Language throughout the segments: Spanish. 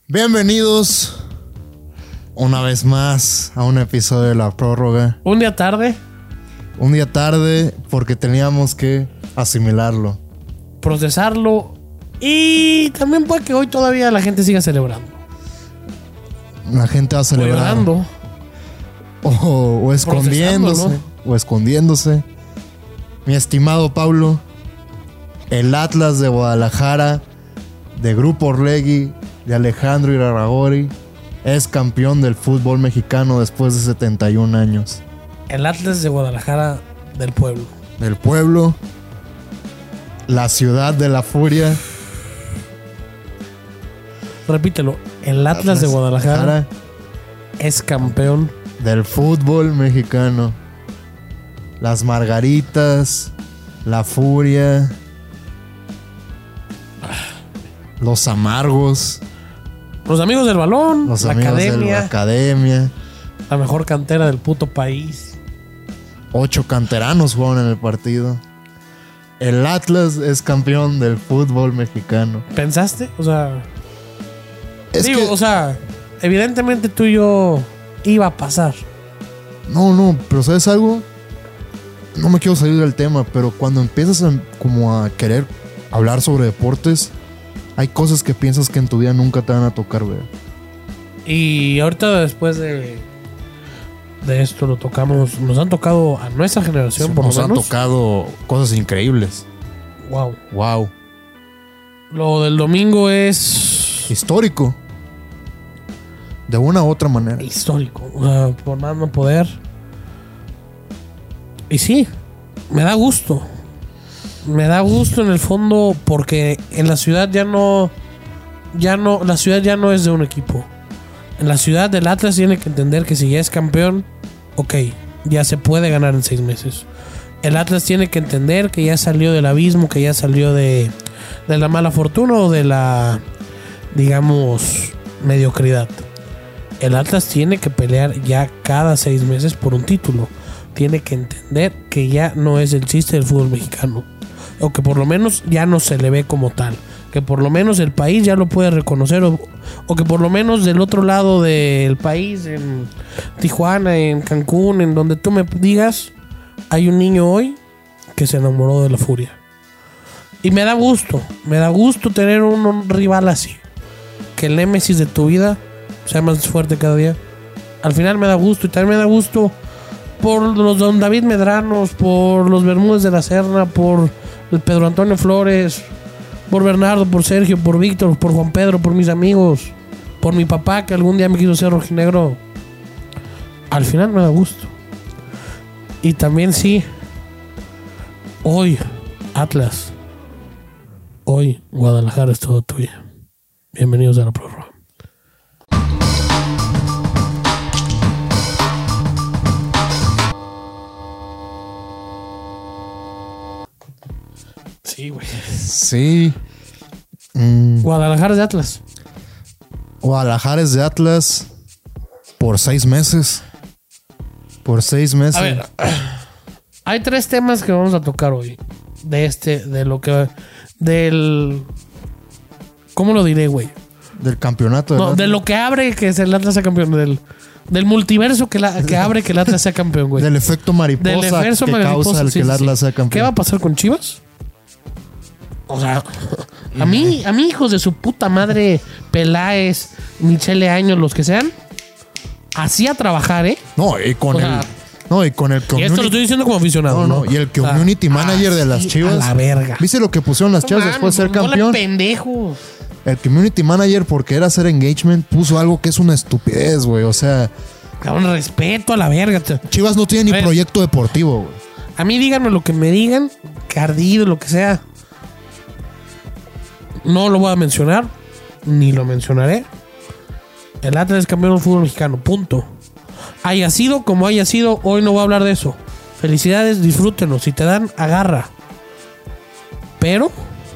Bienvenidos una vez más a un episodio de La Prórroga. Un día tarde. Un día tarde porque teníamos que asimilarlo, Procesarlo. Y también puede que hoy todavía la gente siga celebrando. La gente va a celebrar. Celebrando. O escondiéndose. ¿no? O escondiéndose. Mi estimado Pablo, el Atlas de Guadalajara, de Grupo Orlegui, de Alejandro Irarrágorri, es campeón del fútbol mexicano después de 71 años. El Atlas de Guadalajara del pueblo. Del pueblo, la ciudad de la furia. Repítelo. El Atlas de Guadalajara es campeón del fútbol mexicano. Las Margaritas, la furia, los amargos, los amigos del balón, los la amigos academia, de la academia. La mejor cantera del puto país. 8 canteranos jugaron en el partido. El Atlas es campeón del fútbol mexicano. ¿Pensaste? O sea, es digo, que, o sea, evidentemente tú y yo iba a pasar. No, pero ¿sabes algo? No me quiero salir del tema, pero cuando empiezas a querer hablar sobre deportes, hay cosas que piensas que en tu vida nunca te van a tocar ver. Y ahorita después de esto lo tocamos, nos han tocado a nuestra generación, Sí, por lo nos han menos. tocado cosas increíbles. Wow. Lo del domingo es Histórico. De una u otra manera. histórico. O sea, por más no poder. Y sí, me da gusto. Me da gusto en el fondo porque en la ciudad la ciudad ya no es de un equipo. En la ciudad del Atlas tiene que entender que si ya es campeón, ok, ya se puede ganar en 6 meses. El Atlas tiene que entender que ya salió del abismo, que ya salió de la mala fortuna o de la, digamos, mediocridad. El Atlas tiene que pelear ya cada 6 meses por un título. Tiene que entender que ya no es el chiste del fútbol mexicano. O que por lo menos ya no se le ve como tal. Que por lo menos el país ya lo puede reconocer. O que por lo menos del otro lado del país, en Tijuana, en Cancún, en donde tú me digas, hay un niño hoy que se enamoró de la furia. Y me da gusto tener un rival así. Que el némesis de tu vida sea más fuerte cada día. Al final me da gusto. Y también me da gusto por los Don David Medranos, por los Bermúdez de la Serna, por el Pedro Antonio Flores, por Bernardo, por Sergio, por Víctor, por Juan Pedro, por mis amigos, por mi papá que algún día me quiso ser rojinegro. Al final me da gusto. Y también sí, hoy Atlas, hoy Guadalajara es todo tuyo. Bienvenidos a La Prórroga. Sí, güey. Sí. Guadalajara es de Atlas. Guadalajara es de Atlas por 6 meses. Por 6 meses. A ver, hay 3 temas que vamos a tocar hoy. ¿Cómo lo diré, güey? Del campeonato. No, de lo que abre que es el Atlas sea campeón. Del multiverso que abre que el Atlas sea campeón, güey. Del efecto mariposa que causa el que el Atlas sea campeón. ¿Qué va a pasar con Chivas? O sea, a mí, hijos de su puta madre, Peláez, Michele Años, los que sean, así a trabajar, ¿eh? No, y con y con el Y esto lo estoy diciendo como aficionado. No, y el community manager de las Chivas. A la verga. ¿Viste lo que pusieron las Chivas después de ser campeón? Pendejo. El community manager, porque era hacer engagement, puso algo que es una estupidez, güey. O sea, cabrón, respeto a la verga. Chivas no tiene ni proyecto deportivo, güey. A mí díganme lo que me digan, cardido, lo que sea. No lo voy a mencionar, ni lo mencionaré. El Atlas es campeón del fútbol mexicano, punto. Haya sido como haya sido, hoy no voy a hablar de eso. Felicidades, disfrútenlo. Si te dan, agarra. Pero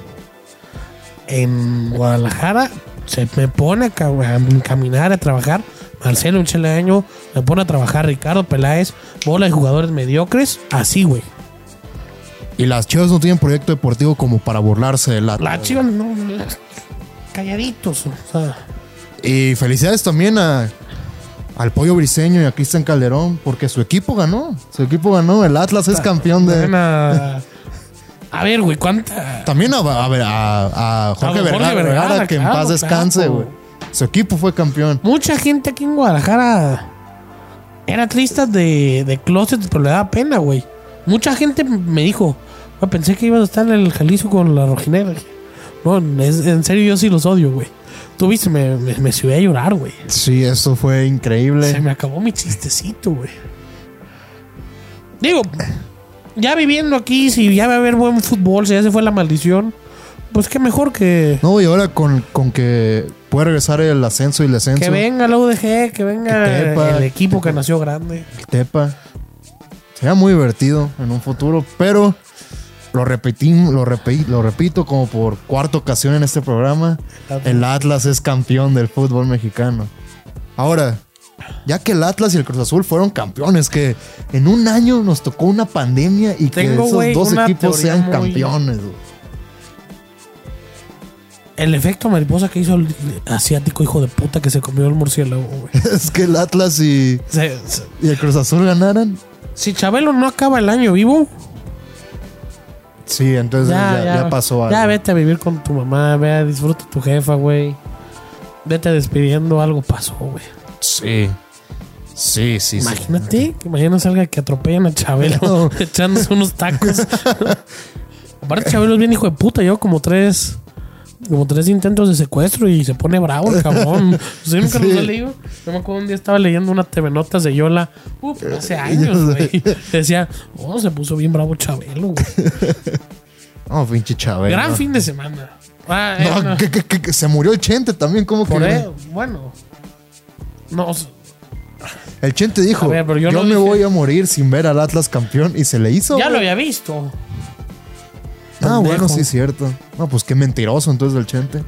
en Guadalajara se me pone a caminar, a trabajar Marcelo Micheleaño, me pone a trabajar Ricardo Peláez, bola de jugadores mediocres, así, güey. Y las Chivas no tienen proyecto deportivo como para burlarse del Atlas. Las Chivas no, calladitos, o sea, Y felicidades también al Pollo Briseño y a Cristian Calderón, porque su equipo ganó. El Atlas es campeón de... A ver, güey, ¿cuánta? También a Jorge Vergara, que en paz descanse, güey. Su equipo fue campeón. Mucha gente aquí en Guadalajara era triste de closet, pero le daba pena, güey. Mucha gente me dijo, pensé que ibas a estar en el Jalisco con la rojinera. No, en serio, yo sí los odio, güey. Tú viste, me subí a llorar, güey. Sí, eso fue increíble. Se me acabó mi chistecito, güey. Digo, ya viviendo aquí, si ya va a haber buen fútbol, si ya se fue la maldición, pues qué mejor que... No, y ahora con que puede regresar el ascenso y el descenso. Que venga la UDG, que venga el equipo que nació grande. Tepa. Sería muy divertido en un futuro, pero lo repito como por cuarta ocasión en este programa. El Atlas es campeón del fútbol mexicano. Ahora, ya que el Atlas y el Cruz Azul fueron campeones, que en un año nos tocó una pandemia y que esos dos equipos sean campeones. El efecto mariposa que hizo el asiático hijo de puta que se comió el murciélago, güey. Es que el Atlas y el Cruz Azul ganaran. Si Chabelo no acaba el año vivo... Sí, entonces ya pasó algo. Ya vete a vivir con tu mamá, disfruta tu jefa, güey. Vete despidiendo, algo pasó, güey. Sí. Imagínate, que mañana salga que atropellan a Chabelo echándose unos tacos. Aparte, Chabelo es bien hijo de puta. Lleva como tres intentos de secuestro y se pone bravo el cabrón. Yo nunca los he leído. Yo me acuerdo un día estaba leyendo una TV Notas de Yola. Hace años, güey. Decía, se puso bien bravo Chabelo, güey. No, pinche Chabelo. Gran fin de semana. No. Que se murió el Chente también, ¿cómo que? Bueno. No. El Chente dijo, yo me voy a morir sin ver al Atlas campeón, y se le hizo. Ya lo había visto. Bueno, sí es cierto. No, pues qué mentiroso entonces el Chente.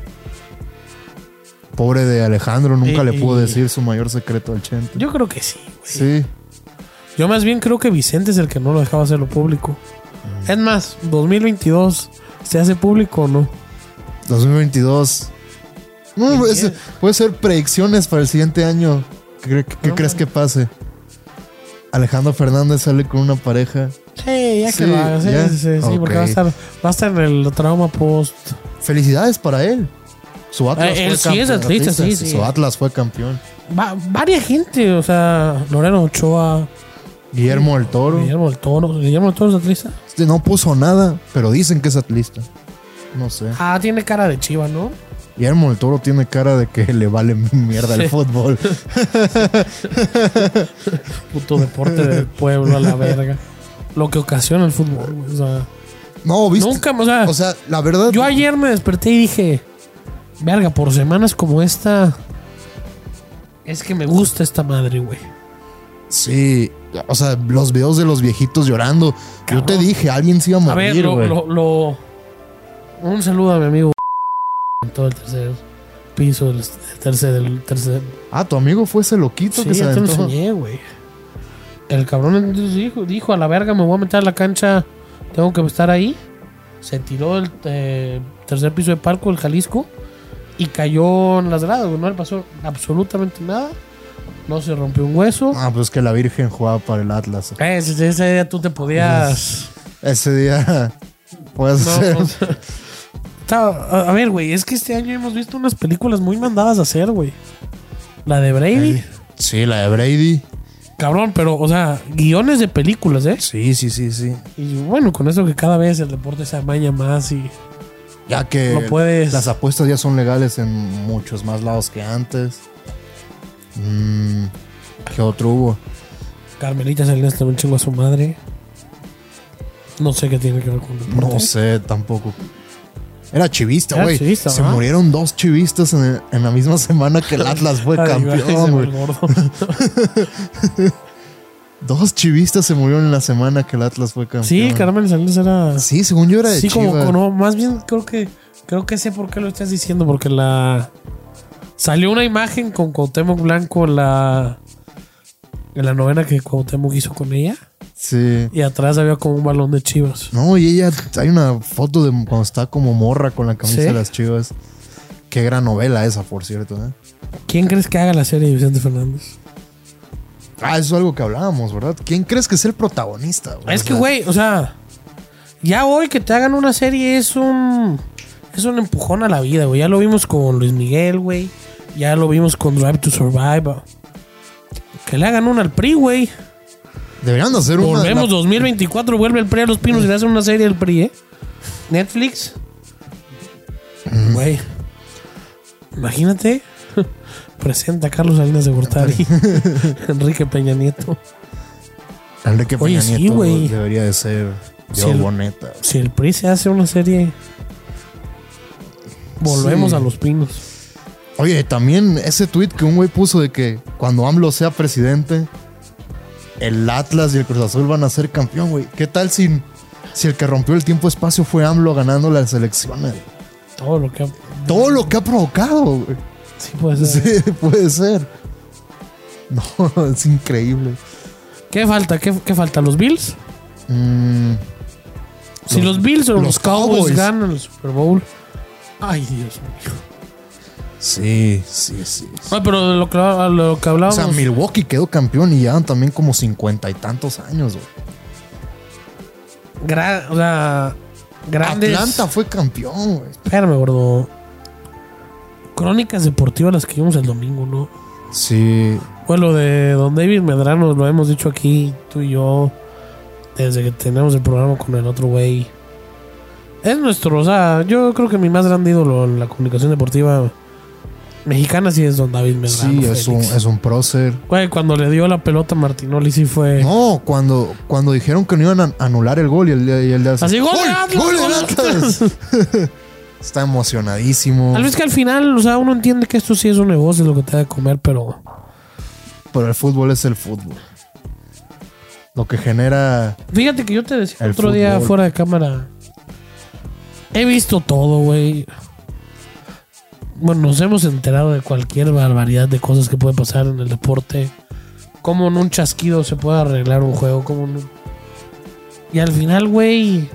Pobre de Alejandro, nunca le pudo decir su mayor secreto al Chente. Yo creo que sí, Sí. güey. Yo más bien creo que Vicente es el que no lo dejaba hacerlo público. Es más, 2022, ¿se hace público o no? 2022. No, puede ser predicciones para el siguiente año. ¿Qué crees que pase? Alejandro Fernández sale con una pareja. Sí, ya que lo haga. Sí, okay. Porque va a estar en el trauma post. Felicidades para él. Su Atlas fue campeón. Sí, es atleta, sí. Su Atlas fue campeón. Varia gente, o sea, Loreno Ochoa, Guillermo del Toro. Guillermo del Toro es atlista. No puso nada, pero dicen que es atlista. No sé. Tiene cara de chiva, ¿no? Guillermo del Toro tiene cara de que le vale mierda el fútbol. Puto deporte del pueblo a la verga. Lo que ocasiona el fútbol, güey. O sea, no, ¿viste? Nunca, o sea, la verdad. Yo ayer me desperté y dije, verga, por semanas como esta, es que me gusta esta madre, güey. Sí, o sea, los videos de los viejitos llorando. Cabrón. Yo te dije, alguien se iba a morir, güey. Un saludo a mi amigo en todo el tercer piso del tercer. Tu amigo fue ese loquito que se aventó. Sí, ya te lo enseñé, güey. El cabrón entonces dijo, a la verga, me voy a meter a la cancha, tengo que estar ahí. Se tiró el tercer piso de Parco, el Jalisco, y cayó en las gradas, güey. No le pasó absolutamente nada. No se rompió un hueso. Pues que la Virgen jugaba para el Atlas. Ese día tú te podías... Ese día puedes hacer... A ver, güey, es que este año hemos visto unas películas muy mandadas a hacer, güey. La de Brady. Sí, la de Brady. Cabrón, pero, o sea, guiones de películas, ¿eh? Sí. Y bueno, con eso que cada vez el deporte se amaña más y... Ya que las apuestas ya son legales en muchos más lados que antes. ¿Qué otro hubo? Carmelita Salinas también chingó a su madre. No sé qué tiene que ver con el deporte. No sé, tampoco. Era chivista, güey. Se ¿no? murieron 2 chivistas en la misma semana que el Atlas fue campeón, güey. 2 chivistas se murieron en la semana que el Atlas fue campeón. Sí, Carmen Salinas era... Sí, según yo era de Chivas. Sí, como no, más bien creo que sé por qué lo estás diciendo, porque salió una imagen con Cuauhtémoc Blanco en la novena que Cuauhtémoc hizo con ella. Sí. Y atrás había como un balón de Chivas. No, y ella, hay una foto de cuando está como morra con la camisa de las Chivas. Qué gran novela esa, por cierto, ¿eh? ¿Quién crees que haga la serie de Vicente Fernández? Ah, eso es algo que hablábamos, ¿verdad? ¿Quién crees que es el protagonista? Es que, güey, o sea, ya hoy que te hagan una serie es un empujón a la vida, güey. Ya lo vimos con Luis Miguel, güey. Ya lo vimos con Drive to Survive. Que le hagan una al PRI, güey. Deberían de hacer una... Volvemos 2024, vuelve el PRI a Los Pinos y le hacen una serie del PRI, ¿eh? Netflix. Güey. Imagínate. Presenta a Carlos Salinas de Gortari. Enrique Peña Nieto. Enrique Peña Oye, sí, Nieto güey. debería de ser Diego Boneta. Si el PRI se hace una serie, volvemos Sí. a Los Pinos. Oye, también ese tweet que un güey puso de que cuando AMLO sea presidente, el Atlas y el Cruz Azul van a ser campeón, güey. ¿Qué tal si el que rompió el tiempo-espacio fue AMLO ganando las elecciones? Todo lo que ha... Todo lo que ha provocado, güey. Sí, puede ser. Sí, puede ser. No, es increíble. ¿Qué falta? ¿Qué falta? ¿Los Bills? Si los Bills o los Cowboys ganan el Super Bowl. Ay, Dios mío. Sí. Ay, pero de lo que O hablábamos. sea, Milwaukee quedó campeón y llevan también como 50 y tantos años, güey. O sea, grandes. Atlanta fue campeón, güey. Espérame, gordo. Crónicas deportivas las que vimos el domingo, ¿no? Sí. Bueno, de Don David Medrano lo hemos dicho aquí, tú y yo, desde que tenemos el programa con el otro güey. Es nuestro, o sea, yo creo que mi más grande ídolo en la comunicación deportiva mexicana sí es Don David Medrano. Sí, es un prócer. Güey, cuando le dio la pelota a Martinoli sí fue... No, cuando dijeron que no iban a anular el gol y el de Así, ¡gol de Atlas! ¡Gol de ¡Gol de Atlas! Está emocionadísimo. Tal vez que al final, o sea, uno entiende que esto sí es un negocio, es lo que te da de comer, pero el fútbol es el fútbol. Lo que genera... fíjate que yo te decía El otro día fútbol. fuera de cámara. He visto todo, güey. Bueno, nos hemos enterado de cualquier barbaridad de cosas que puede pasar en el deporte. Cómo en un chasquido se puede arreglar un juego. Y al final, güey,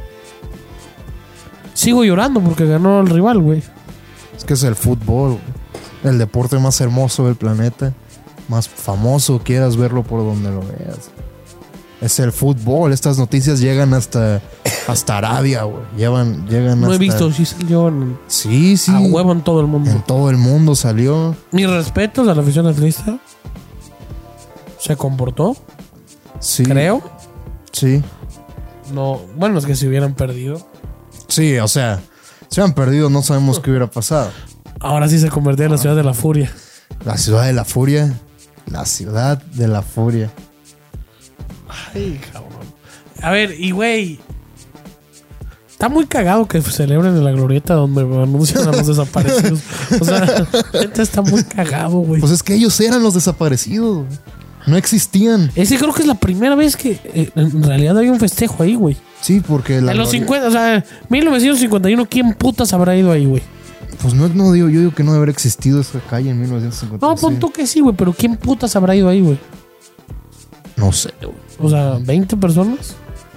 sigo llorando porque ganó el rival, güey. Es que es el fútbol, güey. El deporte más hermoso del planeta. Más famoso, quieras verlo por donde lo veas. Es el fútbol. Estas noticias llegan hasta Arabia, güey. Llegan No hasta... he visto, sí salió Sí. a huevo en todo el mundo. En todo el mundo salió. Mis respetos a la afición atlista. Se comportó, Sí. creo. Sí. No, bueno, es que si hubieran perdido, Sí, o sea, si hubieran perdido no sabemos qué hubiera pasado. ahora sí se convertía en la ciudad de la furia. La ciudad de la furia. La ciudad de la furia. Ay, cabrón. A ver, y güey, está muy cagado que celebren en la glorieta donde anuncian a los desaparecidos. O sea, gente está muy cagado, güey. Pues es que ellos eran los desaparecidos, güey. No existían. Ese creo que es la primera vez que en realidad hay un festejo ahí, güey. Sí, porque En los 50, o sea, 1951, ¿quién putas habrá ido ahí, güey? Pues no digo, yo digo que no debe haber existido esa calle en 1950. No, pon tú que sí, güey, pero ¿quién putas habrá ido ahí, güey? No sé, güey. O sea, 20 personas.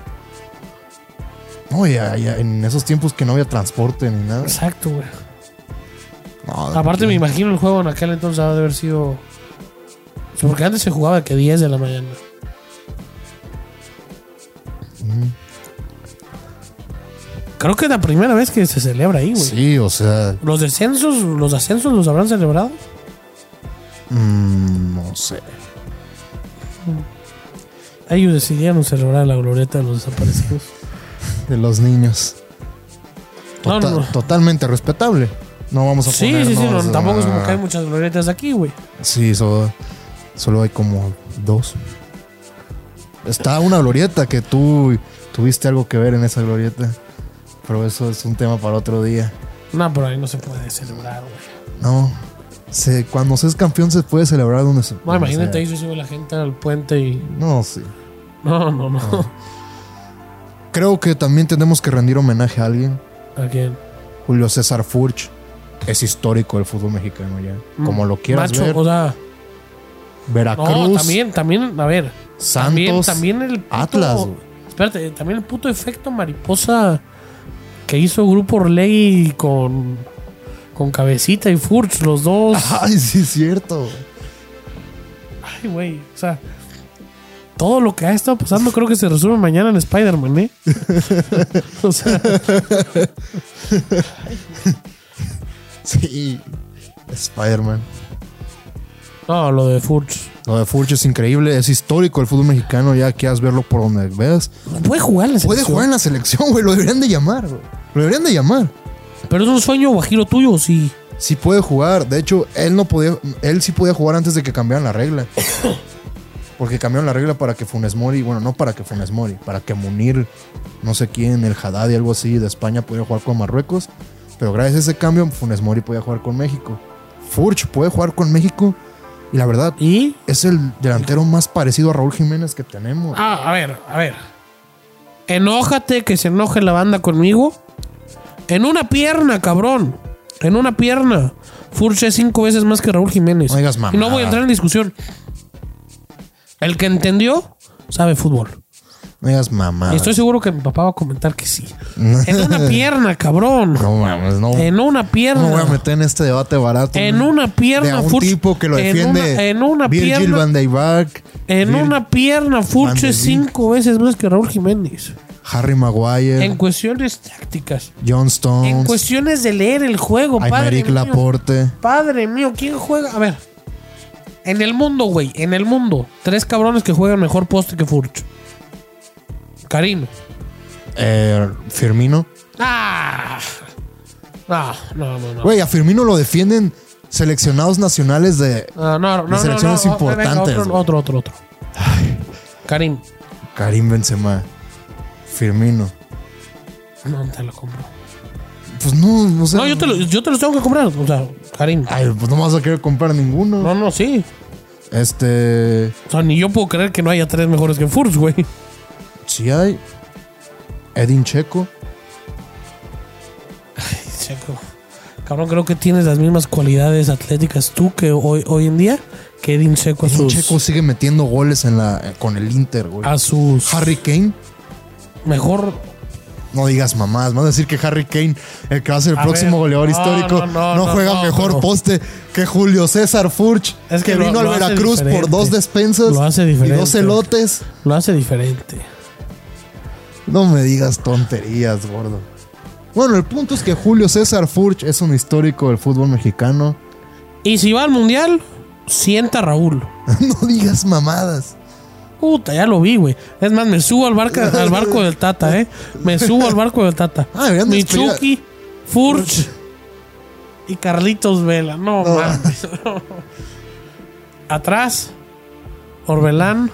No, ya en esos tiempos que no había transporte ni nada. Exacto, güey. No, Aparte, me imagino el juego en aquel entonces ha de haber sido. O sea, porque antes se jugaba de que 10 de la mañana. Creo que es la primera vez que se celebra ahí, güey. Sí, o sea, ¿Los ascensos los habrán celebrado? no sé. Ellos decidieron celebrar la glorieta de los desaparecidos. De los niños. No, no. Totalmente respetable. No vamos a Sí, ponernos, no, tampoco es como que hay muchas glorietas aquí, güey. Sí, solo hay como 2. Está una glorieta que tú tuviste algo que ver en esa glorieta. Pero eso es un tema para otro día. No, pero ahí no se puede celebrar, güey. No. Cuando se es campeón se puede celebrar donde se... No, donde imagínate, sea. ahí se sube la gente al puente y... No, sí. No. Creo que también tenemos que rendir homenaje a alguien. ¿A quién? Julio César Furch. Es histórico del fútbol mexicano ya. Como lo quieras Macho, ver. o sea... Veracruz. No, también, a ver. Santos. También el puto, Atlas, güey. Espérate, también el puto efecto mariposa que hizo Grupo Orlegui con Con Cabecita y Furch, los dos. Ay, sí es cierto. Ay, güey. O sea, todo lo que ha estado pasando creo que se resume mañana en Spider-Man, ¿eh? O sea, Sí, Spider-Man. no, lo de Furch. Lo de Furch es increíble, es histórico el fútbol mexicano, ya quieras verlo por donde veas. Puede jugar en la Puede selección. jugar en la selección, güey, lo deberían de llamar, güey. Lo deberían de llamar. Pero es un sueño guajiro tuyo, sí. Sí puede jugar, de hecho, él sí podía jugar antes de que cambiaran la regla. Porque cambiaron la regla para que Funes Mori, bueno, no para que Funes Mori, para que Munir, no sé quién, el Haddad y algo así de España pudiera jugar con Marruecos. Pero gracias a ese cambio, Funes Mori podía jugar con México. Furch puede jugar con México y la verdad ¿Y? es el delantero más parecido a Raúl Jiménez que tenemos. A ver. Enójate que se enoje la banda conmigo. En una pierna, cabrón. En una pierna. Furch es 5 veces más que Raúl Jiménez. No digas y no mamada. voy a entrar en discusión. El que entendió sabe fútbol. No digas mamá. Y estoy seguro que mi papá va a comentar que sí. En una pierna, cabrón. No mames, no. En una pierna. No me voy a meter en este debate barato. En una pierna, de un Furch. tipo que lo defiende. En una Virgil pierna. van Dijk. En una pierna, Furch Van de es Beek. 5 veces más que Raúl Jiménez. Harry Maguire. En cuestiones tácticas. John Stones. En cuestiones de leer el juego, padre Aymeric mío. Laporte. Padre mío, ¿quién juega? A ver. En el mundo, güey. En el mundo. 3 cabrones que juegan mejor poste que Furch. Karim. Firmino. Ah. No. Güey, a Firmino lo defienden seleccionados nacionales de No. selecciones importantes. Venga, otro. Karim. Karim Benzema. Firmino. No te lo compro. Pues no, o sea. No, yo te los tengo que comprar. O sea, Karim. Ay, pues no vas a querer comprar ninguno. No, sí. O sea, ni yo puedo creer que no haya 3 mejores que Furch, güey. Sí hay. Edin Checo. Checo. Cabrón, creo que tienes las mismas cualidades atléticas tú que hoy en día que Edin Checo Edin Checo sigue metiendo goles con el Inter, güey. a sus Harry Kane. mejor. No digas mamás, vas a decir que Harry Kane, el que va a ser el A próximo ver, goleador no, histórico, no, juega mejor pero- poste que Julio César Furch, Es que que lo- vino al lo hace Veracruz por diferente. 2 despensas Lo hace y diferente. 2 elotes. Lo hace diferente. No me digas tonterías, gordo. Bueno, el punto es que Julio César Furch es un histórico del fútbol mexicano. Y si va al mundial, sienta a Raúl. No digas mamadas. Puta, ya lo vi, güey. Es más, me subo al barco del Tata, ¿eh? Me subo al barco del Tata. Ah, deberían de despedir a- Michuki, Furch y Carlitos Vela. No, No. mames. Atrás, Orbelán,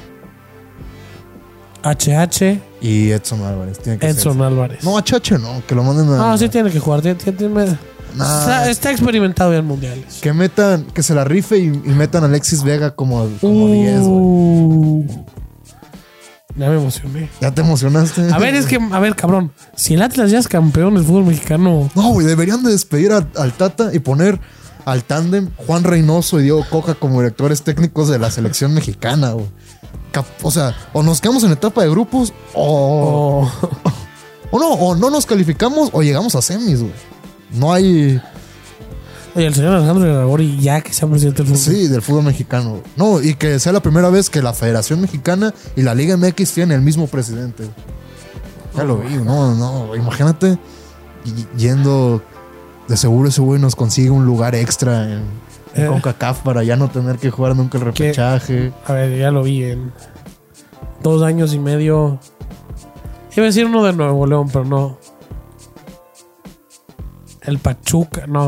HH, Y Edson Álvarez. Tiene que Edson ser. Álvarez. No, a Chache no, que lo manden a. No, sí tiene que jugar. Nah. Está experimentado ya en mundiales. Que metan, que se la rife y metan a Alexis Vega como 10, güey. Ya me emocioné. ¿Ya te emocionaste? A ver, cabrón. Si el Atlas ya es campeón del fútbol mexicano. No, güey, deberían de despedir al Tata y poner al tándem Juan Reynoso y Diego Coca como directores técnicos de la selección mexicana, güey. O sea, o nos quedamos en etapa de grupos o no nos calificamos o llegamos a semis, güey. No hay... Oye, el señor Alejandro Iraragorri ya que sea presidente del fútbol. Sí, del fútbol mexicano, güey. No, y que sea la primera vez que la Federación Mexicana y la Liga MX tienen el mismo presidente, güey. Ya lo vi, no, imagínate yendo... De seguro ese güey nos consigue un lugar extra en CONCACAF para ya no tener que jugar nunca el repechaje. A ver, ya lo vi en 2 años y medio. Iba a decir uno de Nuevo León, pero no. El Pachuca, no.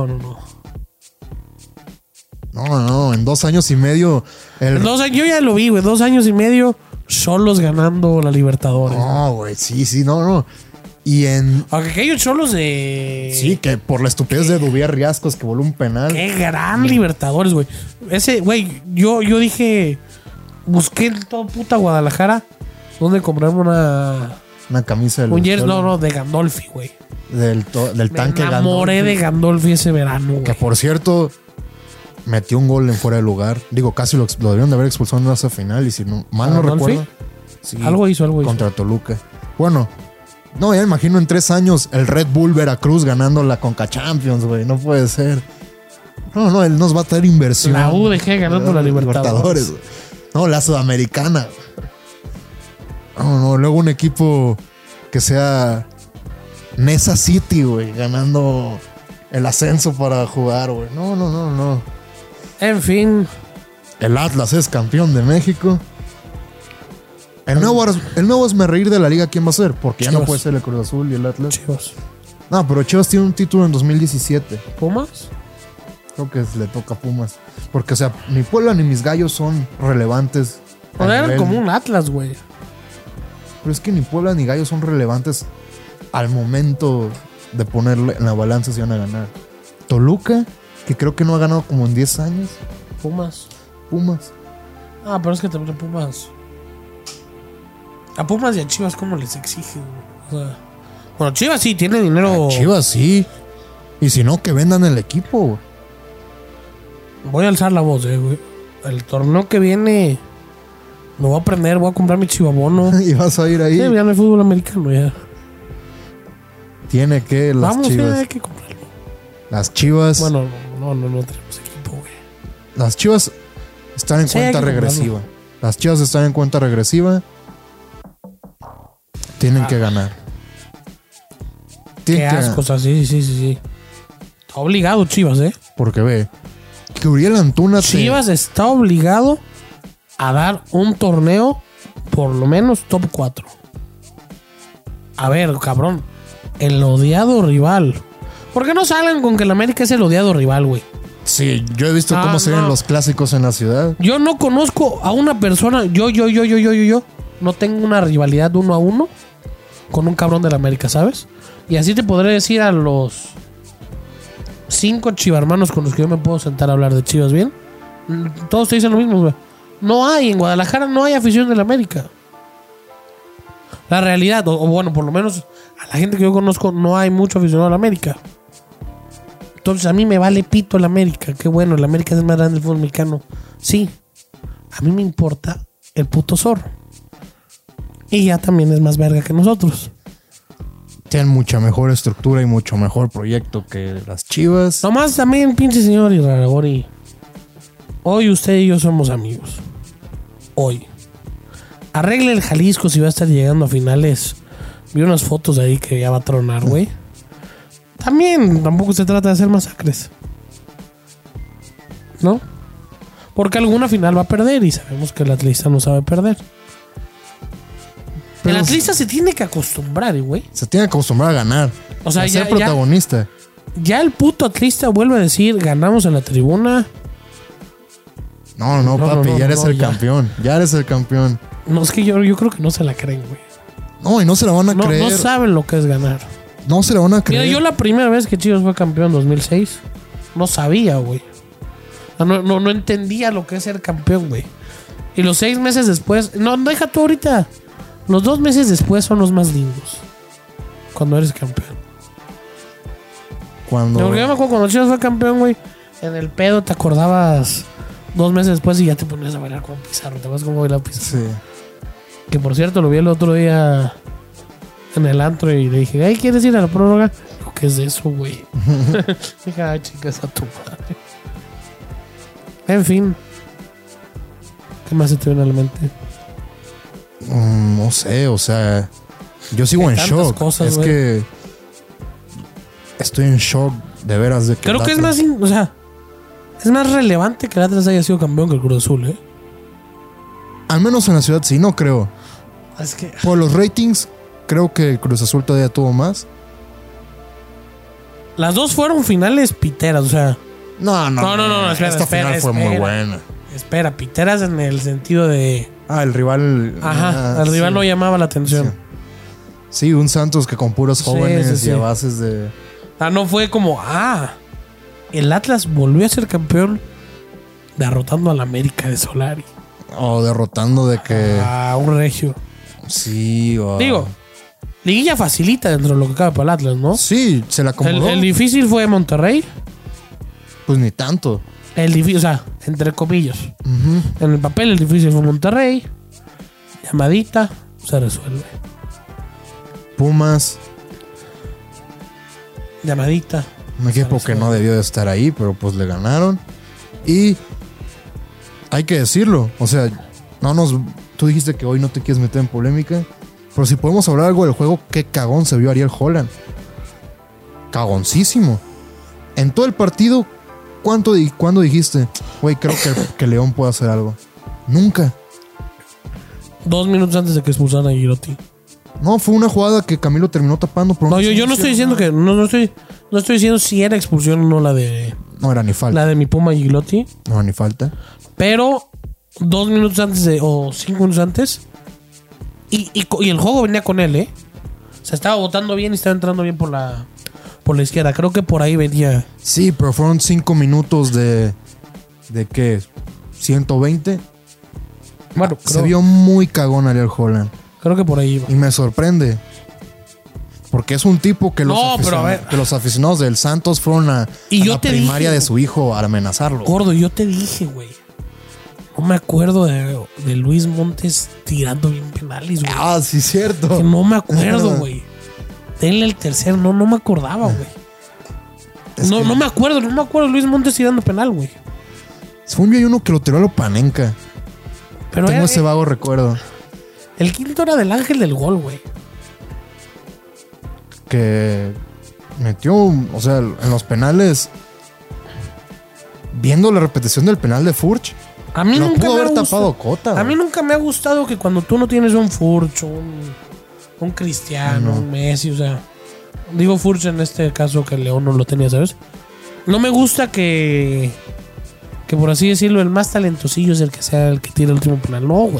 No, en 2 años y medio. Yo ya lo vi, güey. 2 años y medio, solos ganando la Libertadores. No, güey, sí, no. Y en. Aunque que hay un solos de. Sí, que por la estupidez de Dubier Riascos que voló un penal. Qué gran Libertadores, güey. Ese, güey, yo dije. Busqué en todo puta Guadalajara donde comprarme Una camisa del. un jersey, no, de Gandolfi, güey. Del tanque Me enamoré Gandolfi. de Gandolfi ese verano, Que güey. por cierto, metió un gol en fuera de lugar. Digo, casi lo debieron de haber expulsado en esa final. Y si no, mal no ¿Gandolfi? recuerdo. Sí, Algo hizo. contra Toluca. Bueno, No, ya me imagino en 3 años el Red Bull Veracruz ganando la Conca Champions, güey. No puede ser. No, él nos va a traer inversión. La UDG ganando la Libertadores. Güey. No, la Sudamericana. No, luego un equipo que sea Nesa City, güey, ganando el ascenso para jugar, güey. No. En fin. El Atlas es campeón de México. El nuevo es me reír de la liga. ¿Quién va a ser? Porque ya Chivas. no puede ser el Cruz Azul y el Atlas. Chivas. No, pero Chivas tiene un título en 2017. ¿Pumas? Creo que le toca a Pumas. Porque, o sea, ni Puebla ni mis gallos son relevantes. O a sea, era nivel- como un Atlas, güey. Pero es que ni Puebla ni gallos son relevantes al momento de ponerle en la balanza si van a ganar. Toluca, que creo que no ha ganado como en 10 años. Pumas. Pumas. Ah, pero es que también Pumas. A Pumas y a Chivas, ¿cómo les exige, güey? O sea, bueno, Chivas sí tiene dinero. Chivas sí. Y si no, que vendan el equipo, güey. Voy a alzar la voz, güey. El torneo que viene lo voy a aprender, voy a comprar mi chivabono. Y vas a ir ahí. Sí, ya no hay fútbol americano, ya. Tiene que las Vamos, Chivas. ya hay que comprarlo. Las Chivas. Bueno, no tenemos equipo, güey. Las Chivas están en Sí, hay cuenta que regresiva. Las Chivas están en cuenta regresiva. Tienen que ganar. Qué Tienen que asco, o sea, sí. Está obligado Chivas, Porque ve, que Uriel Antuna Chivas está obligado a dar un torneo por lo menos top 4. A ver, cabrón. El odiado rival. ¿Por qué no salen con que el América es el odiado rival, güey? Sí, yo he visto Ah, cómo se ven no. los clásicos en la ciudad. Yo no conozco a una persona. Yo. No tengo una rivalidad 1-1 con un cabrón del América, ¿sabes? Y así te podré decir a los 5 chivarmanos con los que yo me puedo sentar a hablar de Chivas, ¿bien? Todos te dicen lo mismo, güey. No hay, en Guadalajara no hay afición del América. La realidad, o bueno, por lo menos a la gente que yo conozco, no hay mucho aficionado al América. Entonces a mí me vale pito el América. Qué bueno, el América es el más grande del fútbol mexicano. Sí, a mí me importa el puto Zorro. Y ya también es más verga que nosotros. Tienen mucha mejor estructura y mucho mejor proyecto que las Chivas. Nomás también, pinche señor Iraragorri. Hoy usted y yo somos amigos. Hoy. Arregle el Jalisco si va a estar llegando a finales. Vi unas fotos ahí que ya va a tronar, güey. También, tampoco se trata de hacer masacres. ¿No? Porque alguna final va a perder y sabemos que el atlista no sabe perder. Pero el atlista se tiene que acostumbrar, güey. Se tiene que acostumbrar a ganar. O sea, a ser ya- protagonista. Ya el puto atlista vuelve a decir, ganamos en la tribuna. No, No, papi, no, ya eres no, el ya. campeón. Ya eres el campeón. No, es que yo creo que no se la creen, güey. No, y no se la van a No, creer. no saben lo que es ganar. No se la van a Mira, creer. yo la primera vez que Chivas fue campeón en 2006, no sabía, güey. O sea, no entendía lo que es ser campeón, güey. Y los 6 meses después, no, deja tú ahorita. Los 2 meses después son los más lindos. Cuando eres campeón. Cuando... Porque yo me acuerdo cuando Chivas fue campeón, güey. En el pedo te acordabas 2 meses después y ya te ponías a bailar con Pizarro. ¿Te acuerdas cómo bailaba Pizarro? Sí. Que por cierto lo vi el otro día en el antro y le dije, ay, ¿quieres ir a la prórroga? Digo, ¿qué es eso, güey? Dije, ay, chicas, a tu madre. En fin. ¿Qué más se te viene a la mente? No sé, o sea... Yo sigo Hay en tantas shock. cosas, es güey. que... Estoy en shock de veras de que... Creo el que es Atlas- más, o sea, es más relevante que el Atlas haya sido campeón que el Cruz Azul, ¿eh? Al menos en la ciudad sí, no creo. Es que Por los ratings, creo que el Cruz Azul todavía tuvo más. las dos fueron finales piteras, o sea, No, espera, Esta espera, final fue muy espera. buena. espera, piteras en el sentido de, Ah, el rival... ajá, ah, el rival sí. no llamaba la atención. Sí, un Santos que con puros Sí, jóvenes sí, y a sí. bases de... O sea, no fue como, el Atlas volvió a ser campeón derrotando al América de Solari. O derrotando de que... Un regio. Sí, o... Digo, liguilla facilita dentro de lo que cabe para el Atlas, ¿no? Sí, se la acomodó. El difícil fue Monterrey. Pues ni tanto. El difícil, o sea, entre comillas. Ujú. En el papel el difícil fue Monterrey. Llamadita, se resuelve. Pumas, Llamadita. un equipo que no debió de estar ahí, pero pues le ganaron. Y hay que decirlo, o sea, tú dijiste que hoy no te quieres meter en polémica, pero si podemos hablar algo del juego, qué cagón se vio Ariel Holland. Cagoncísimo. En todo el partido, ¿cuándo dijiste, güey, creo que León puede hacer algo? Nunca. 2 minutos antes de que expulsaran a Girotti. No, fue una jugada que Camilo terminó tapando. Pero No, yo no estoy diciendo que... No estoy diciendo si era expulsión o no la de... No era ni falta. La de mi Puma Girotti. No era ni falta. Pero 2 minutos antes o 5 minutos antes. Y el juego venía con él, ¿eh? O sea, estaba botando bien y estaba entrando bien por la izquierda. Creo que por ahí venía. Sí, pero fueron 5 minutos de ¿qué? 120. Bueno, Se vio muy cagón Ariel Holland. Creo que por ahí iba. Y me sorprende. Porque es un tipo que que los aficionados del Santos fueron a la primaria de su hijo a amenazarlo. Gordo, yo te dije, güey. No me acuerdo de Luis Montes tirando bien penales, güey. Ah, sí, cierto. Que no me acuerdo, güey. Denle el tercero. No me acordaba, güey. No me acuerdo de Luis Montes tirando penal, güey. Según yo hay uno que lo tiró a lo Panenka. Pero tengo ese vago recuerdo. El quinto era del ángel del gol, güey. Que metió, o sea, en los penales. Viendo la repetición del penal de Furch, a mí no nunca pudo me haber ha tapado Cota. A mí nunca me ha gustado que cuando tú no tienes un Furch, un Cristiano, un Messi, o sea, digo Furch en este caso que León no lo tenía, ¿sabes? No me gusta que por así decirlo, el más talentosillo es el que sea el que tira el último penal. No, güey.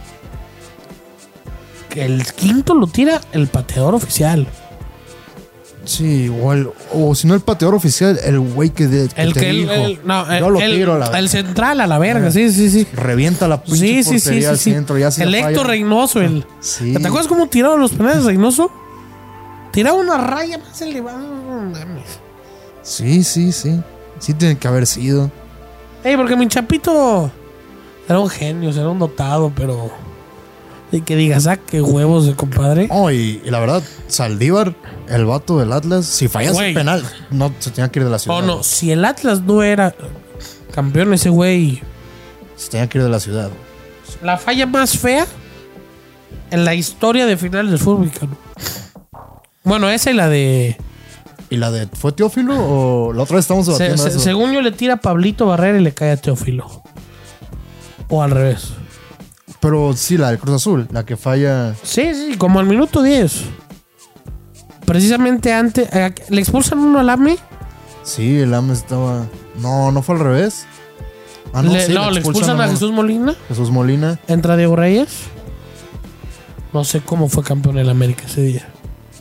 Que el quinto lo tira el pateador oficial. Sí, o si no el pateador oficial, el güey que te dijo. Yo lo tiro a la... El central a la verga, sí. Revienta la pinche portería al centro. Ya el Héctor Reynoso, Sí. ¿Te acuerdas cómo tiraban los penales Reynoso? Tiraba una raya más elevada. Sí. Sí tiene que haber sido. Porque mi Chapito era un genio, era un dotado, pero... Y que digas, qué huevos de compadre. Y la verdad, Saldívar, el vato del Atlas, si fallas el penal, no se tenía que ir de la ciudad. No, si el Atlas no era campeón, ese güey se tenía que ir de la ciudad. La falla más fea en la historia de finales del fútbol mexicano. Bueno, esa y la de... ¿Y la de fue Teófilo o la otra vez estamos debatiendo eso? Según yo le tira a Pablito Barrera y le cae a Teófilo. O al revés. Pero sí, la del Cruz Azul, la que falla. Sí, como al minuto 10. Precisamente antes. ¿Le expulsan uno al AME? Sí, el AME estaba. No fue al revés. Le expulsan a Jesús Molina. Jesús Molina. Entra Diego Reyes. No sé cómo fue campeón el América ese día.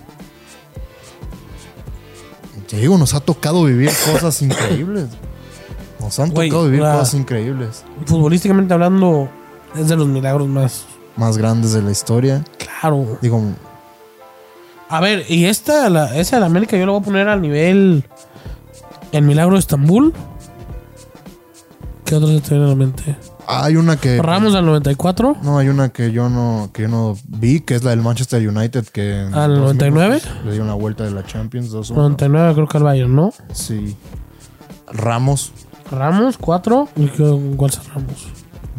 Te digo, nos ha tocado vivir cosas increíbles. Nos han tocado vivir cosas increíbles. Futbolísticamente hablando, es de los milagros más grandes de la historia. Claro. Digo. A ver, y esa de la América yo la voy a poner al nivel El Milagro de Estambul. ¿Qué otros se te vienen a la mente? Hay una que... Ramos al 94. No, hay una que yo no vi, que es la del Manchester United, que... ¿Al 99? Le dio una vuelta de la Champions 2-1. 99 creo que al Bayern, ¿no? Sí. Ramos, 4. ¿Y cuál es Ramos?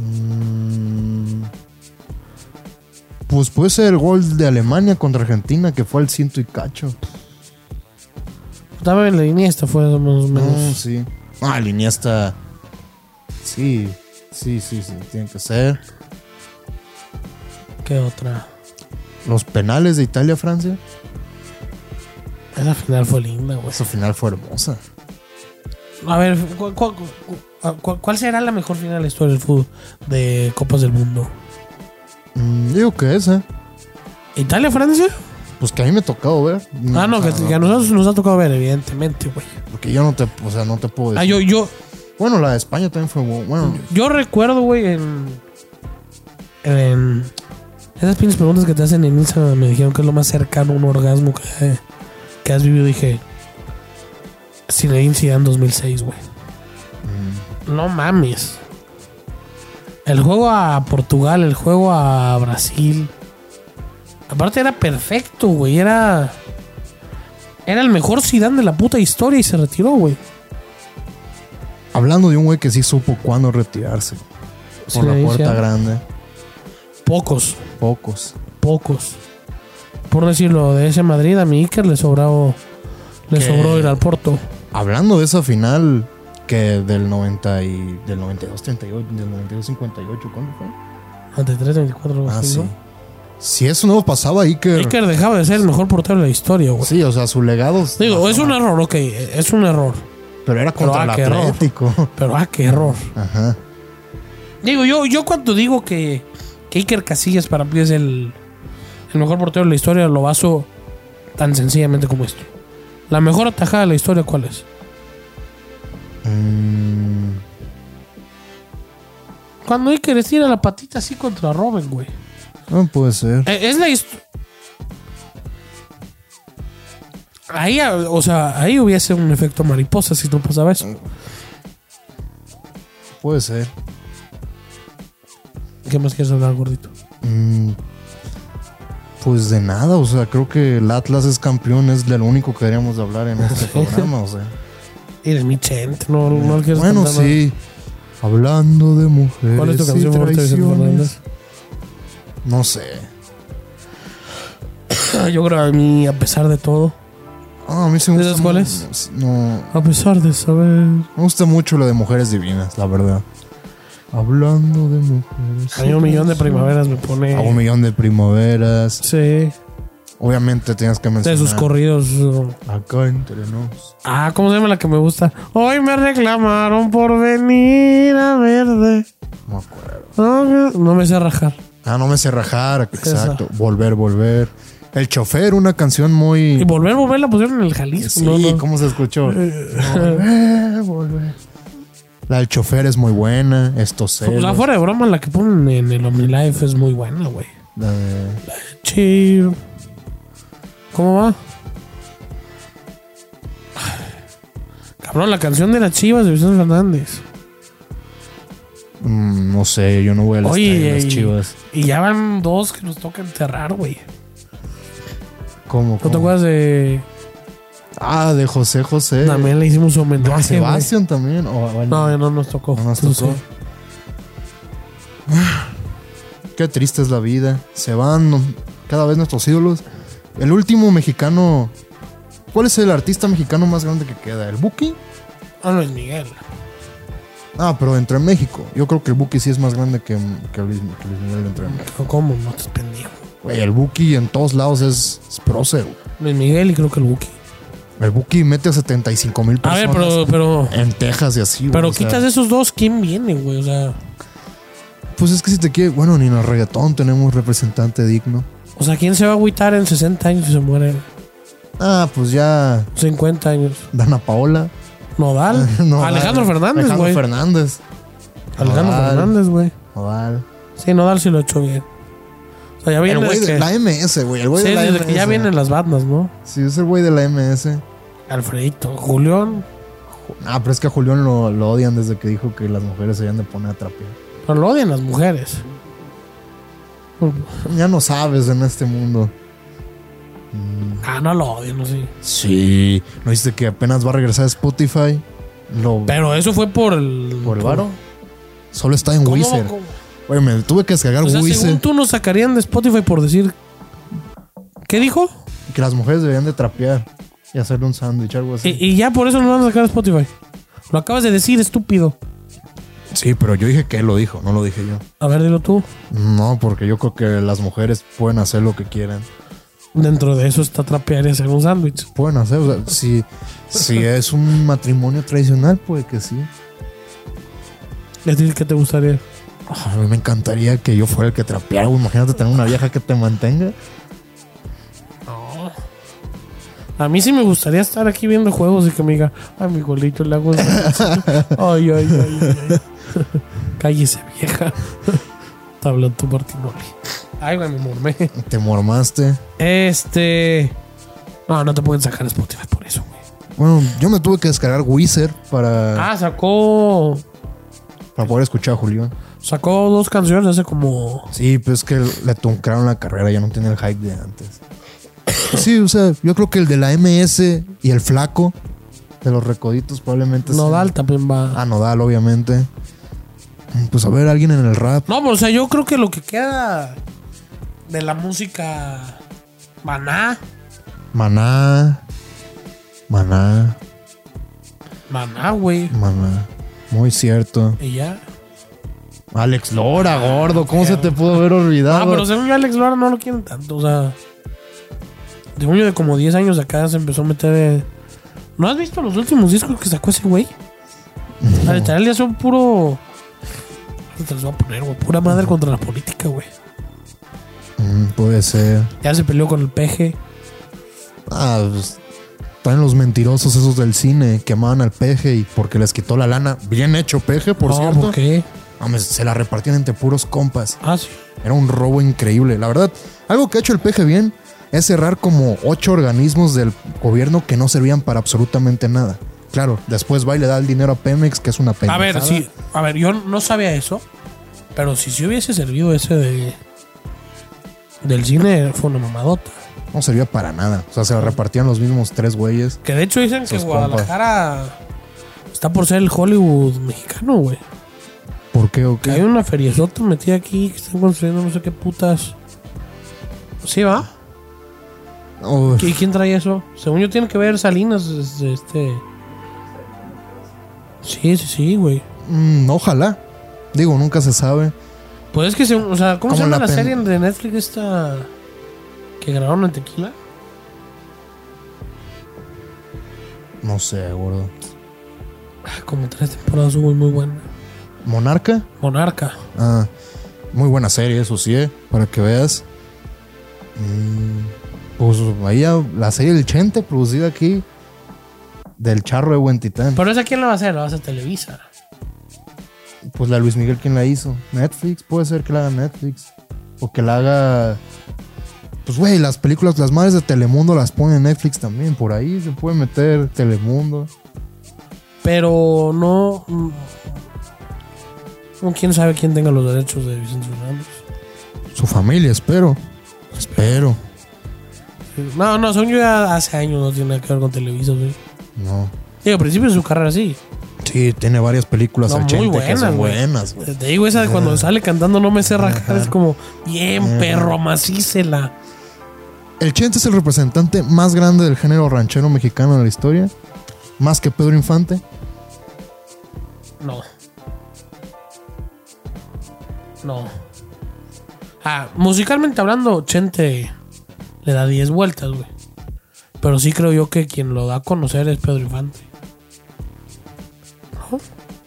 Pues puede ser el gol de Alemania contra Argentina, que fue al 100 y cacho. Dame la Iniesta, fue más o menos. Sí. La Iniesta... Sí, tiene que ser. ¿Qué otra? Los penales de Italia-Francia. Esa final fue linda, güey. Esa final fue hermosa. A ver, ¿cuál será la mejor final de la historia del fútbol de Copas del Mundo? Digo que esa. ¿Italia-Francia? Pues que a mí me ha tocado ver. Que a nosotros nos ha tocado ver, evidentemente, güey. Porque yo no te puedo decir. Bueno, la de España también fue bueno. Yo recuerdo, güey, en esas pinches preguntas que te hacen en Instagram, me dijeron que es lo más cercano a un orgasmo que has vivido. Dije, Zinedine Zidane 2006, güey. No mames. El juego a Portugal, el juego a Brasil. Aparte era perfecto, güey. Era el mejor Zidane de la puta historia y se retiró, güey. Hablando de un güey que sí supo cuándo retirarse. Por la puerta grande. Pocos. Pocos. Por decirlo, de ese Madrid a mi Iker le sobró ir al Porto. Hablando de esa final que del 92-38, del 92-58, ¿cuándo fue? 93-24. Sí. Si eso no pasaba, Iker dejaba de ser el mejor portero de la historia, güey. Sí, o sea, su legado... Digo, es un error, ok, es un error. Pero era contra el Atlético. Pero qué error. Ajá. Digo, yo cuando digo que Iker Casillas para mí es el mejor portero de la historia, lo baso tan sencillamente como esto. La mejor atajada de la historia, ¿cuál es? Cuando Iker estira la patita así contra Robben, güey. No puede ser. Es la historia. Ahí, o sea, ahí hubiese un efecto mariposa si no pasaba eso. Puede ser. ¿Qué más quieres hablar, gordito? Pues de nada, o sea, creo que el Atlas es campeón, es de lo único que deberíamos de hablar en este programa, o sea. Y de mi Chente, no quieres bueno, sí. Nada. Hablando de mujeres. ¿Cuál es tu canción favorita de Vicente Fernández? No sé. Yo creo a mí, a pesar de todo. A mí sí me gusta. ¿Sabes cuál es? No. A pesar de saber. Me gusta mucho lo de Mujeres Divinas, la verdad. Hablando de mujeres. A mí Un Millón de Primaveras me pone. A Un Millón de Primaveras. Sí. Obviamente tienes que mencionar. De sus corridos. Acá entre nos. ¿Cómo se llama la que me gusta? Hoy me reclamaron por venir a verde. No me acuerdo. No me sé rajar. No me sé rajar. Exacto. Esa. Volver. El Chofer, una canción muy... Y volver la pusieron en el Jalisco. Sí, ¿cómo se escuchó? Volver. La del Chofer es muy buena. Esto sé. O sea, fuera de broma, la que ponen en el OmniLife es muy buena, güey. La de Chido. ¿Cómo va? Cabrón, la canción de las Chivas de Vicente Fernández. No sé, yo no voy a las Chivas. Y ya van 2 que nos toca enterrar, güey. ¿Cómo? ¿No te acuerdas de...? De José José. También le hicimos un homenaje. A Sebastián también. No, no nos tocó. No nos tocó. Qué triste es la vida. Se van cada vez nuestros ídolos. El último mexicano... ¿Cuál es el artista mexicano más grande que queda? ¿El Buki? Luis Miguel. Pero entre México. Yo creo que el Buki sí es más grande que Luis Miguel dentro de México. ¿Cómo? No te pendejo. Güey, el Buki en todos lados es prócer. Luis Miguel y creo que el Buki. El Buki mete a 75,000 personas. A ver, pero... En Texas y así, güey. Pero quitas de esos dos, ¿quién viene, güey? O sea... Pues es que si te quiere... Bueno, ni en el reggaetón tenemos representante digno. O sea, ¿quién se va a agüitar en 60 años y se muere? Pues ya... 50 años. Dana Paola. Nodal. Alejandro Fernández, güey. Alejandro Fernández, güey. Nodal. Sí, Nodal sí lo ha hecho bien. O sea, ya viene el güey de la MS, güey. El güey de la desde MS. Que ya vienen las bandas, ¿no? Sí, es el güey de la MS. Alfredito. Julián. Pero es que a Julián lo odian desde que dijo que las mujeres se habían de poner a trapear. Pero lo odian las mujeres. Ya no sabes en este mundo. No lo odian, no sé. Sí. ¿No viste que apenas va a regresar a Spotify? Pero eso fue por el... ¿Por el varo? Solo está en Weezer. Oye, me tuve que descargar Weezer. Según tú nos sacarían de Spotify por decir... ¿Qué dijo? Que las mujeres deberían de trapear y hacerle un sándwich, algo así. Y ya por eso nos van a sacar de Spotify. Lo acabas de decir, estúpido. Sí, pero yo dije que él lo dijo, no lo dije yo. A ver, dilo tú. No, porque yo creo que las mujeres pueden hacer lo que quieran. Dentro de eso está trapear y hacer un sándwich. Pueden hacer, o sea, si es un matrimonio tradicional, puede que sí. ¿Y a ti qué te gustaría? A mí me encantaría que yo fuera el que trapeara. Imagínate tener una vieja que te mantenga. No. A mí sí me gustaría estar aquí viendo juegos y que me diga, ay, mi golito le hago ay. Cállese, vieja. Está hablando tu Martinoli. Ay, güey, me mormé. Te mormaste. No te pueden sacar Spotify por eso, güey. Bueno, yo me tuve que descargar Weezer para... sacó... Para poder escuchar a Julián. Sacó 2 canciones hace como... Sí, pero es que le truncaron la carrera, ya no tiene el hype de antes. Sí, o sea, yo creo que el de la MS y el Flaco de los Recoditos probablemente Nodal sí. también va. Ah, Nodal, obviamente. Pues a ver, alguien en el rap. No, pues, o sea, yo creo que lo que queda de la música... Maná, güey. Muy cierto. Y ya. Alex Lora, gordo, ¿cómo se te pudo haber olvidado? Ah, pero según yo Alex Lora no lo quieren tanto, o sea... Según yo de como 10 años de acá se empezó a meter... ¿No has visto los últimos discos que sacó ese güey? No. Literal ya son puro... Te los voy a poner, güey. Pura madre contra la política, güey. Puede ser. Ya se peleó con el peje. Ah, pues... Están los mentirosos esos del cine. Quemaban al peje y porque les quitó la lana. Bien hecho, peje, por cierto. ¿Por qué? Se la repartían entre puros compas. Ah, sí. Era un robo increíble. La verdad, algo que ha hecho el peje bien es cerrar como 8 organismos del gobierno que no servían para absolutamente nada. Claro, después va y le da el dinero a Pemex, que es una pendejada. A ver, sí. A ver, yo no sabía eso. Pero si hubiese servido ese del cine, fue una mamadota. No servía para nada. O sea, se la repartían los mismos 3 güeyes. Que de hecho dicen que Guadalajara está por ser el Hollywood mexicano, güey. ¿Por qué o qué? Hay una feriezota metida aquí que están construyendo no sé qué putas. ¿Sí va? ¿Y quién trae eso? Según yo tiene que ver Salinas, Sí, güey. Ojalá. Digo, nunca se sabe. Pues es que, o sea, ¿cómo se llama la serie de Netflix esta que grabaron en Tequila? No sé, gordo. Como 3 temporadas hubo muy buena. ¿Monarca? Monarca. Ah, muy buena serie, eso sí, para que veas. Pues ahí la serie del Chente, producida aquí, del Charro de Buen Titán. ¿Pero esa quién la va a hacer? ¿La va a hacer Televisa? Pues la Luis Miguel, ¿quién la hizo? Netflix, puede ser que la haga Netflix. O que la haga... Pues güey, las películas, las madres de Telemundo las ponen en Netflix también. Por ahí se puede meter Telemundo. Pero no... ¿Quién sabe quién tenga los derechos de Vicente Fernández? Su familia, espero. No, según yo ya hace años no tiene nada que ver con Televisa, güey. No. Digo, al principio de su carrera sí. Sí, tiene varias películas muy buenas, que son buenas, güey. Te digo, esa de cuando sale cantando No me sé rajar, es como, bien, perro, macícela. El Chente es el representante más grande del género ranchero mexicano en la historia. Más que Pedro Infante. No. Musicalmente hablando, Chente le da 10 vueltas, güey. Pero sí creo yo que quien lo da a conocer es Pedro Infante. ¿No?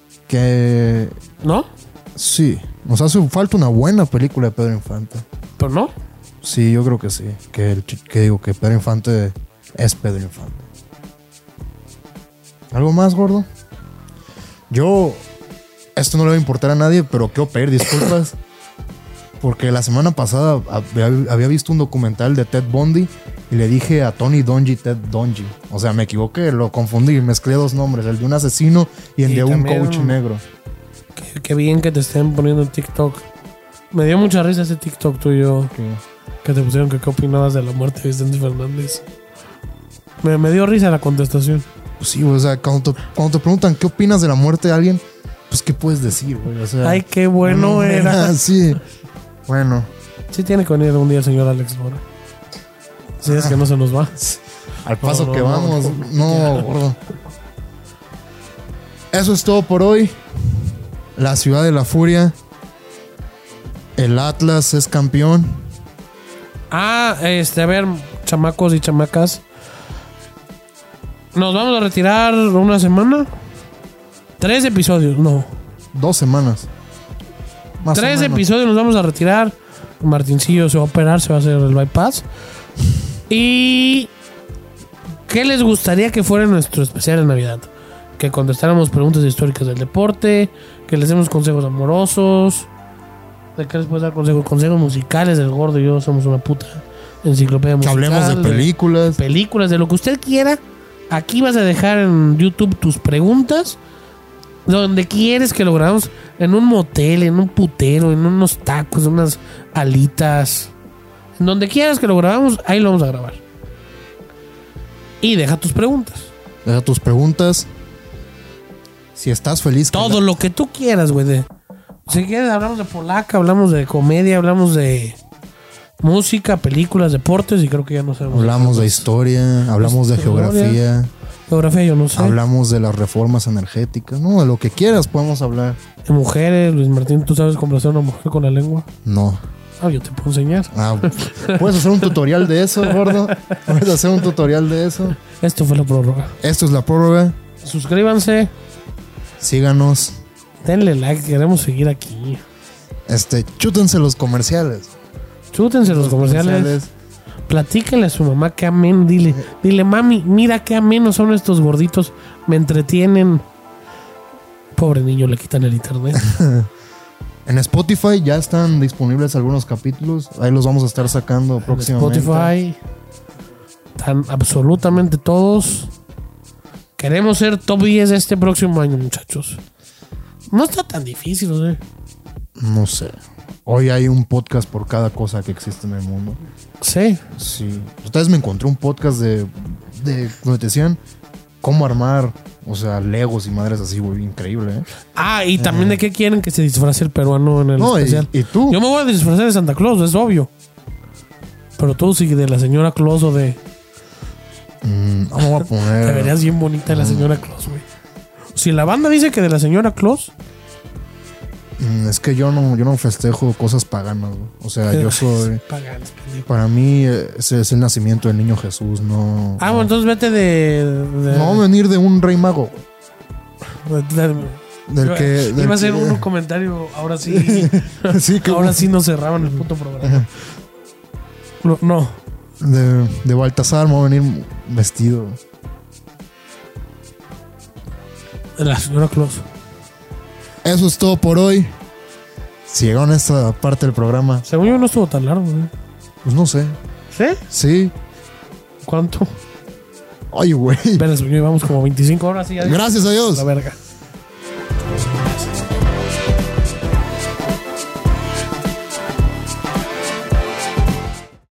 ¿No? Sí. Nos hace falta una buena película de Pedro Infante. ¿Pero no? Sí, yo creo que sí. Que Pedro Infante es Pedro Infante. ¿Algo más, gordo? Esto no le va a importar a nadie, pero quiero pedir disculpas. Porque la semana pasada había visto un documental de Ted Bundy y le dije a Tony Dungy Ted Dungy. O sea, me equivoqué, lo confundí, mezclé 2 nombres, el de un asesino y el de un coach negro. Qué bien que te estén poniendo en TikTok. Me dio mucha risa ese TikTok tuyo. Que te pusieron que qué opinabas de la muerte de Vicente Fernández. Me dio risa la contestación. Pues sí, o sea, cuando te preguntan qué opinas de la muerte de alguien, pues qué puedes decir, güey. O sea, ay, qué bueno era. Sí. Bueno. Sí tiene que venir un día el señor Alex Lora. Si es que no se nos va. Al paso que vamos. No, gordo. Eso es todo por hoy. La ciudad de la furia. El Atlas es campeón. A ver, chamacos y chamacas. Nos vamos a retirar una semana. 3 episodios, no. 2 semanas. 3 episodios nos vamos a retirar. Martincillo se va a operar, se va a hacer el bypass. ¿Y qué les gustaría que fuera nuestro especial de Navidad? Que contestáramos preguntas históricas del deporte, que les demos consejos amorosos, de qué les puedes dar consejos musicales. El gordo y yo somos una puta enciclopedia musical. Que hablemos de películas. Películas, de lo que usted quiera. Aquí vas a dejar en YouTube tus preguntas Donde quieres que lo grabemos. En un motel, en un putero, en unos tacos, en unas alitas. En donde quieras que lo grabamos, ahí lo vamos a grabar. Y deja tus preguntas. Deja tus preguntas. Si estás feliz. Todo lo que tú quieras, güey. Si quieres, hablamos de polaca, hablamos de comedia, hablamos de música, películas, deportes y creo que ya no sabemos. Hablamos de historia, hablamos de geografía. Geografía yo no sé. Hablamos de las reformas energéticas. No, de lo que quieras podemos hablar. De mujeres, Luis Martín, ¿tú sabes complacer a una mujer con la lengua? No. Ah, yo te puedo enseñar. Ah, ¿puedes hacer un tutorial de eso, gordo? ¿Puedes hacer un tutorial de eso? Esto fue la prórroga. Esto es la prórroga. Suscríbanse. Síganos. Denle like, queremos seguir aquí. Chútense los comerciales. Chútense los comerciales. Platíquenle a su mamá que ameno. Dile, mami, mira qué amenos son estos gorditos. Me entretienen. Pobre niño, le quitan el internet. En Spotify ya están disponibles algunos capítulos. Ahí los vamos a estar sacando próximamente. Spotify. Están absolutamente todos. Queremos ser top 10 este próximo año, muchachos. No está tan difícil, ¿eh? No sé. Hoy hay un podcast por cada cosa que existe en el mundo. Sí. Sí. Ustedes me encontré un podcast de donde te decían cómo armar, o sea, legos y madres así, güey, increíble, ¿eh? Ah, y también de qué quieren que se disfrace el peruano en el especial. ¿Y tú? Yo me voy a disfrazar de Santa Claus, es obvio. Pero tú sí de la señora Claus o de... Vamos a poner... Te verías bien bonita de la señora Claus, güey. Si la banda dice que de la señora Claus... Es que yo no festejo cosas paganas, güey. O sea, yo soy... Paganas, pendejo. Para mí ese es el nacimiento del niño Jesús, no... Ah, bueno, entonces vete de... No va a venir de un rey mago. Iba a hacer un comentario, ahora sí... Sí, que ahora sí nos cerraban el puto programa. No. De Baltasar me va a venir vestido. De la señora Claus. Eso es todo por hoy. Si llegaron a esta parte del programa, Según yo no estuvo tan largo, güey. pues no sé. ¿Sí? Sí. ¿Cuánto? Ay, güey. Espera, vamos como 25 horas y ya. Gracias a Dios. La verga.